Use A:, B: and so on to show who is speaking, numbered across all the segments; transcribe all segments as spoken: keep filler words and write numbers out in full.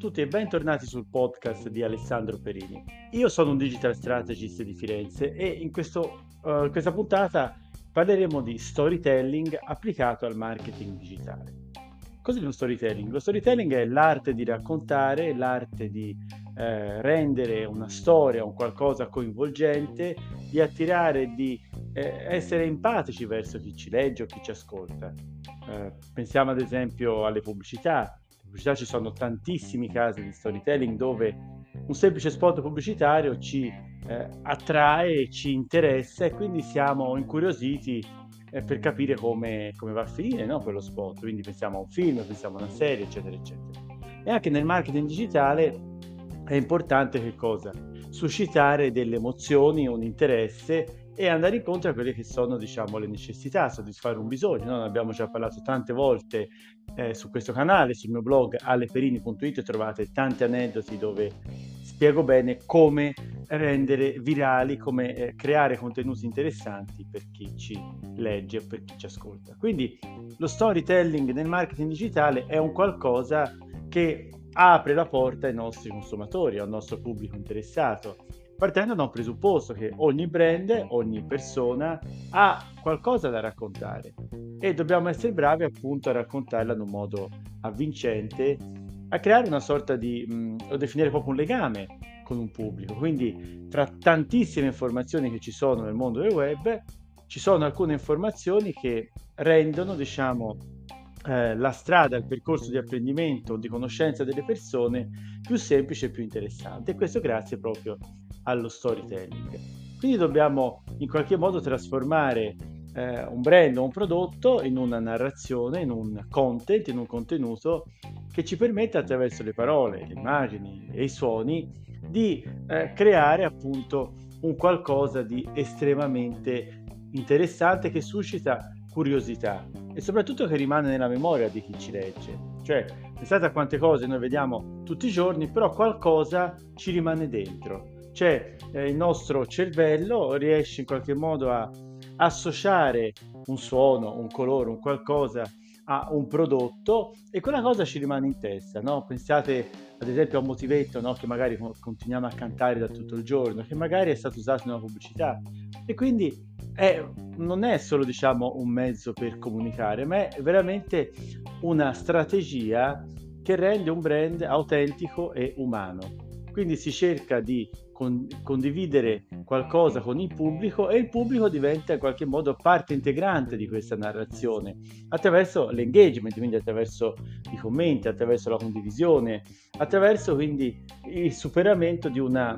A: tutti e bentornati sul podcast di Alessandro Perini. Io sono un digital strategist di Firenze e in questo, eh, in questa puntata parleremo di storytelling applicato al marketing digitale. Cos'è lo storytelling? Lo storytelling è l'arte di raccontare, l'arte di eh, rendere una storia, un qualcosa coinvolgente, di attirare, di eh, essere empatici verso chi ci legge o chi ci ascolta. Eh, pensiamo ad esempio alle pubblicità. In pubblicità ci sono tantissimi casi di storytelling dove un semplice spot pubblicitario ci eh, attrae, ci interessa e quindi siamo incuriositi eh, per capire come, come va a finire, no, quello spot. Quindi pensiamo a un film, pensiamo a una serie, eccetera, eccetera. E anche nel marketing digitale è importante che cosa? Suscitare delle emozioni, un interesse e andare incontro a quelle che sono, diciamo, le necessità, soddisfare un bisogno, no? Ne abbiamo già parlato tante volte eh, su questo canale, sul mio blog aleperini punto it trovate tanti aneddoti dove spiego bene come rendere virali, come eh, creare contenuti interessanti per chi ci legge o per chi ci ascolta. Quindi lo storytelling nel marketing digitale è un qualcosa che apre la porta ai nostri consumatori, al nostro pubblico interessato, partendo da un presupposto che ogni brand, ogni persona ha qualcosa da raccontare e dobbiamo essere bravi appunto a raccontarla in un modo avvincente, a creare una sorta di, mh, o definire proprio un legame con un pubblico. Quindi tra tantissime informazioni che ci sono nel mondo del web, ci sono alcune informazioni che rendono, diciamo, eh, la strada, il percorso di apprendimento, di conoscenza delle persone più semplice e più interessante. E questo grazie proprio allo storytelling. Quindi dobbiamo in qualche modo trasformare eh, un brand o un prodotto in una narrazione, in un content, in un contenuto che ci permette attraverso le parole, le immagini e i suoni di eh, creare appunto un qualcosa di estremamente interessante che suscita curiosità e soprattutto che rimane nella memoria di chi ci legge. Cioè, pensate a quante cose noi vediamo tutti i giorni, però qualcosa ci rimane dentro. Cioè, eh, il nostro cervello riesce in qualche modo a associare un suono, un colore, un qualcosa a un prodotto e quella cosa ci rimane in testa, no? Pensate ad esempio a un motivetto, no? Che magari continuiamo a cantare da tutto il giorno, che magari è stato usato in una pubblicità e quindi è, non è solo, diciamo, un mezzo per comunicare, ma è veramente una strategia che rende un brand autentico e umano. Quindi si cerca di con- condividere qualcosa con il pubblico e il pubblico diventa in qualche modo parte integrante di questa narrazione attraverso l'engagement, quindi attraverso i commenti, attraverso la condivisione, attraverso quindi il superamento di una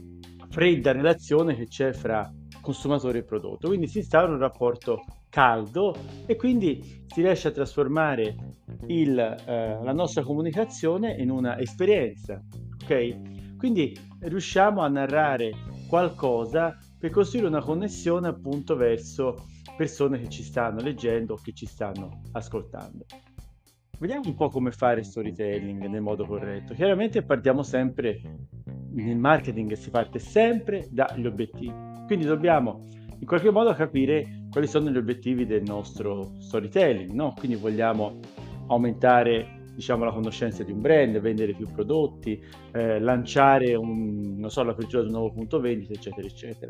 A: fredda relazione che c'è fra consumatore e prodotto. Quindi si instaura un rapporto caldo e quindi si riesce a trasformare il, eh, la nostra comunicazione in una esperienza, ok? Quindi riusciamo a narrare qualcosa per costruire una connessione appunto verso persone che ci stanno leggendo o che ci stanno ascoltando. Vediamo un po' come fare storytelling nel modo corretto. Chiaramente partiamo sempre, nel marketing si parte sempre dagli obiettivi. Quindi dobbiamo in qualche modo capire quali sono gli obiettivi del nostro storytelling, no? Quindi vogliamo aumentare, diciamo, la conoscenza di un brand, vendere più prodotti, eh, lanciare un, non so, l'apertura di un nuovo punto vendita, eccetera, eccetera.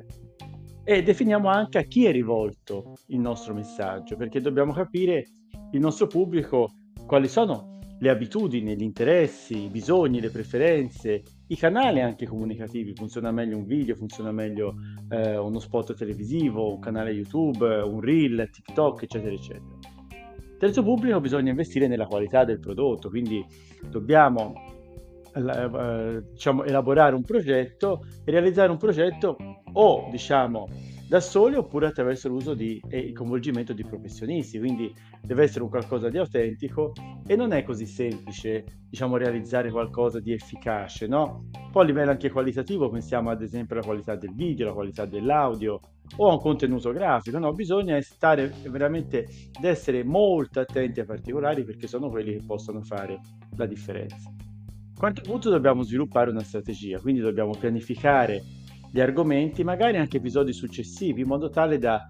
A: E definiamo anche a chi è rivolto il nostro messaggio, perché dobbiamo capire il nostro pubblico, quali sono le abitudini, gli interessi, i bisogni, le preferenze, i canali anche comunicativi. Funziona meglio un video, funziona meglio eh, uno spot televisivo, un canale YouTube, un reel, TikTok, eccetera, eccetera. Terzo pubblico, bisogna investire nella qualità del prodotto, quindi dobbiamo eh, diciamo, elaborare un progetto e realizzare un progetto o diciamo da soli oppure attraverso l'uso di, e il coinvolgimento di professionisti, quindi deve essere un qualcosa di autentico e non è così semplice, diciamo, realizzare qualcosa di efficace, no? Poi a livello anche qualitativo pensiamo ad esempio alla qualità del video, alla qualità dell'audio o a un contenuto grafico, no? Bisogna stare veramente ed essere molto attenti ai particolari perché sono quelli che possono fare la differenza. A quanto punto dobbiamo sviluppare una strategia, quindi dobbiamo pianificare gli argomenti, magari anche episodi successivi, in modo tale da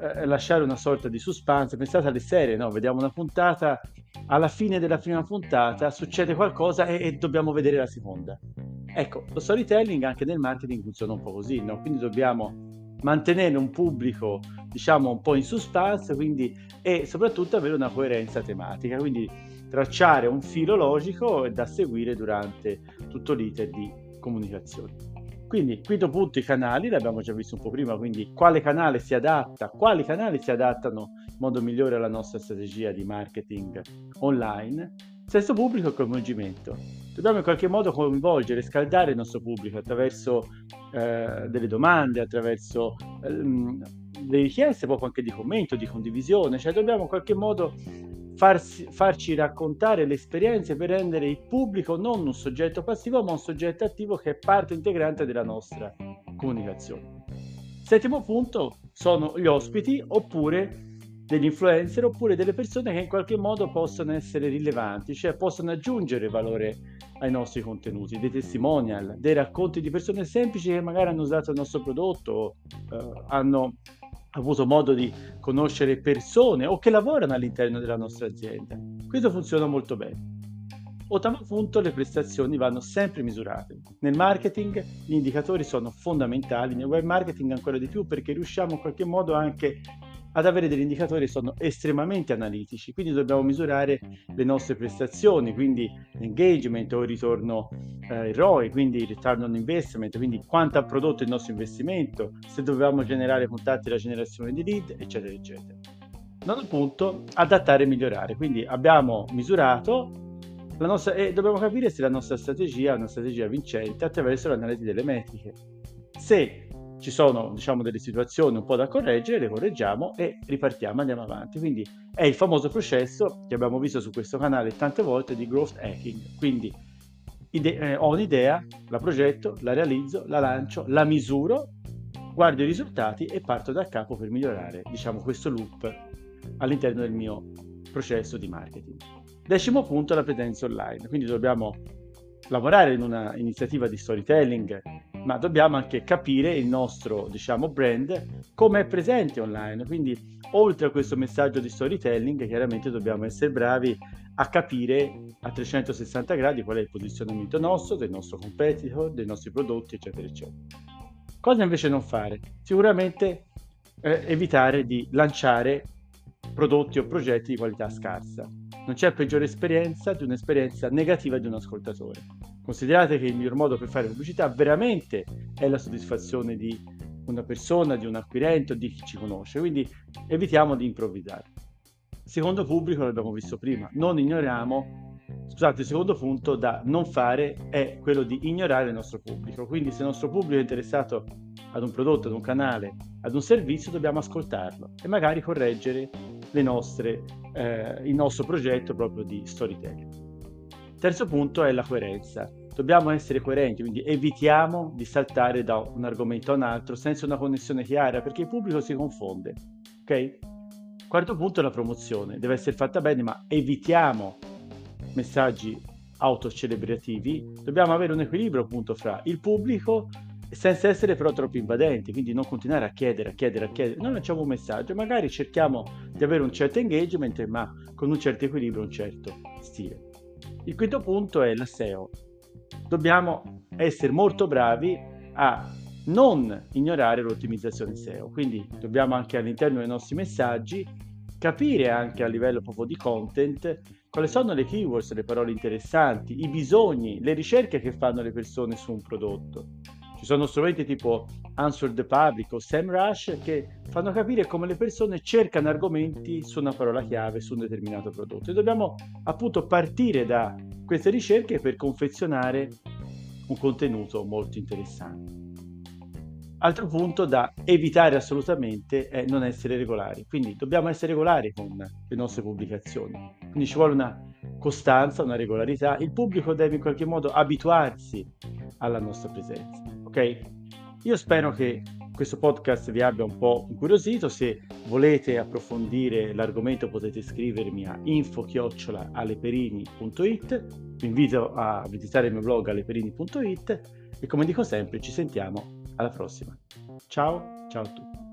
A: eh, lasciare una sorta di suspense. Pensate alle serie, no? Vediamo una puntata, alla fine della prima puntata succede qualcosa e, e dobbiamo vedere la seconda. Ecco, lo storytelling anche nel marketing funziona un po' così, no? Quindi dobbiamo mantenere un pubblico, diciamo, un po' in suspense, quindi, e soprattutto avere una coerenza tematica, quindi tracciare un filo logico da seguire durante tutto l'iter di comunicazione. Quindi, quinto punto, i canali, l'abbiamo già visto un po' prima, quindi quale canale si adatta, quali canali si adattano in modo migliore alla nostra strategia di marketing online. Stesso pubblico e coinvolgimento. Dobbiamo in qualche modo coinvolgere, scaldare il nostro pubblico attraverso eh, delle domande, attraverso ehm, le richieste proprio anche di commento, di condivisione, cioè dobbiamo in qualche modo farsi, farci raccontare le esperienze per rendere il pubblico non un soggetto passivo ma un soggetto attivo che è parte integrante della nostra comunicazione. Settimo punto sono gli ospiti oppure degli influencer oppure delle persone che in qualche modo possono essere rilevanti, cioè possono aggiungere valore ai nostri contenuti, dei testimonial, dei racconti di persone semplici che magari hanno usato il nostro prodotto, o, eh, hanno avuto modo di conoscere persone o che lavorano all'interno della nostra azienda. Questo funziona molto bene. Ottavo punto, le prestazioni vanno sempre misurate. Nel marketing gli indicatori sono fondamentali, nel web marketing ancora di più perché riusciamo in qualche modo anche ad avere degli indicatori che sono estremamente analitici, quindi dobbiamo misurare le nostre prestazioni, quindi l'engagement o il ritorno eh, R O I, quindi il return on investment, quindi quanto ha prodotto il nostro investimento, se dovevamo generare contatti alla generazione di lead, eccetera, eccetera. Nono punto, adattare e migliorare, quindi abbiamo misurato la nostra, e dobbiamo capire se la nostra strategia è una strategia vincente attraverso l'analisi delle metriche. Se ci sono, diciamo, delle situazioni un po' da correggere, le correggiamo e ripartiamo, andiamo avanti. Quindi è il famoso processo che abbiamo visto su questo canale tante volte di growth hacking. Quindi ide- eh, ho un'idea, la progetto, la realizzo, la lancio, la misuro, guardo i risultati e parto da capo per migliorare, diciamo, questo loop all'interno del mio processo di marketing. Decimo punto, la presenza online. Quindi dobbiamo lavorare in una iniziativa di storytelling, ma dobbiamo anche capire il nostro, diciamo, brand come è presente online. Quindi, oltre a questo messaggio di storytelling, chiaramente dobbiamo essere bravi a capire a trecentosessanta gradi qual è il posizionamento nostro, del nostro competitor, dei nostri prodotti, eccetera, eccetera. Cosa invece non fare? Sicuramente eh, evitare di lanciare prodotti o progetti di qualità scarsa. Non c'è peggiore esperienza di un'esperienza negativa di un ascoltatore. Considerate che il miglior modo per fare pubblicità veramente è la soddisfazione di una persona, di un acquirente o di chi ci conosce, quindi evitiamo di improvvisare. Secondo pubblico, l'abbiamo visto prima, non ignoriamo, scusate, il secondo punto da non fare è quello di ignorare il nostro pubblico, quindi se il nostro pubblico è interessato ad un prodotto, ad un canale, ad un servizio, dobbiamo ascoltarlo e magari correggere le nostre, eh, il nostro progetto proprio di storytelling. Terzo punto è la coerenza. Dobbiamo essere coerenti, quindi evitiamo di saltare da un argomento a un altro senza una connessione chiara, perché il pubblico si confonde. Ok? Quarto punto è la promozione. Deve essere fatta bene, ma evitiamo messaggi autocelebrativi. Dobbiamo avere un equilibrio appunto fra il pubblico senza essere però troppo invadenti, quindi non continuare a chiedere, a chiedere, a chiedere. Noi lanciamo un messaggio, magari cerchiamo di avere un certo engagement, ma con un certo equilibrio, un certo stile. Il quinto punto è la S E O. Dobbiamo essere molto bravi a non ignorare l'ottimizzazione S E O, quindi dobbiamo anche all'interno dei nostri messaggi capire anche a livello proprio di content quali sono le keywords, le parole interessanti, i bisogni, le ricerche che fanno le persone su un prodotto. Ci sono strumenti tipo Answer the Public o SEMrush che fanno capire come le persone cercano argomenti su una parola chiave, su un determinato prodotto. E dobbiamo appunto partire da queste ricerche per confezionare un contenuto molto interessante. Altro punto da evitare assolutamente è non essere regolari, quindi dobbiamo essere regolari con le nostre pubblicazioni, quindi ci vuole una costanza, una regolarità, il pubblico deve in qualche modo abituarsi alla nostra presenza, ok? Io spero che questo podcast vi abbia un po' incuriosito, se volete approfondire l'argomento potete scrivermi a info chiocciola aleperini punto it, vi invito a visitare il mio blog aleperini punto it e come dico sempre ci sentiamo alla prossima. Ciao, ciao a tutti.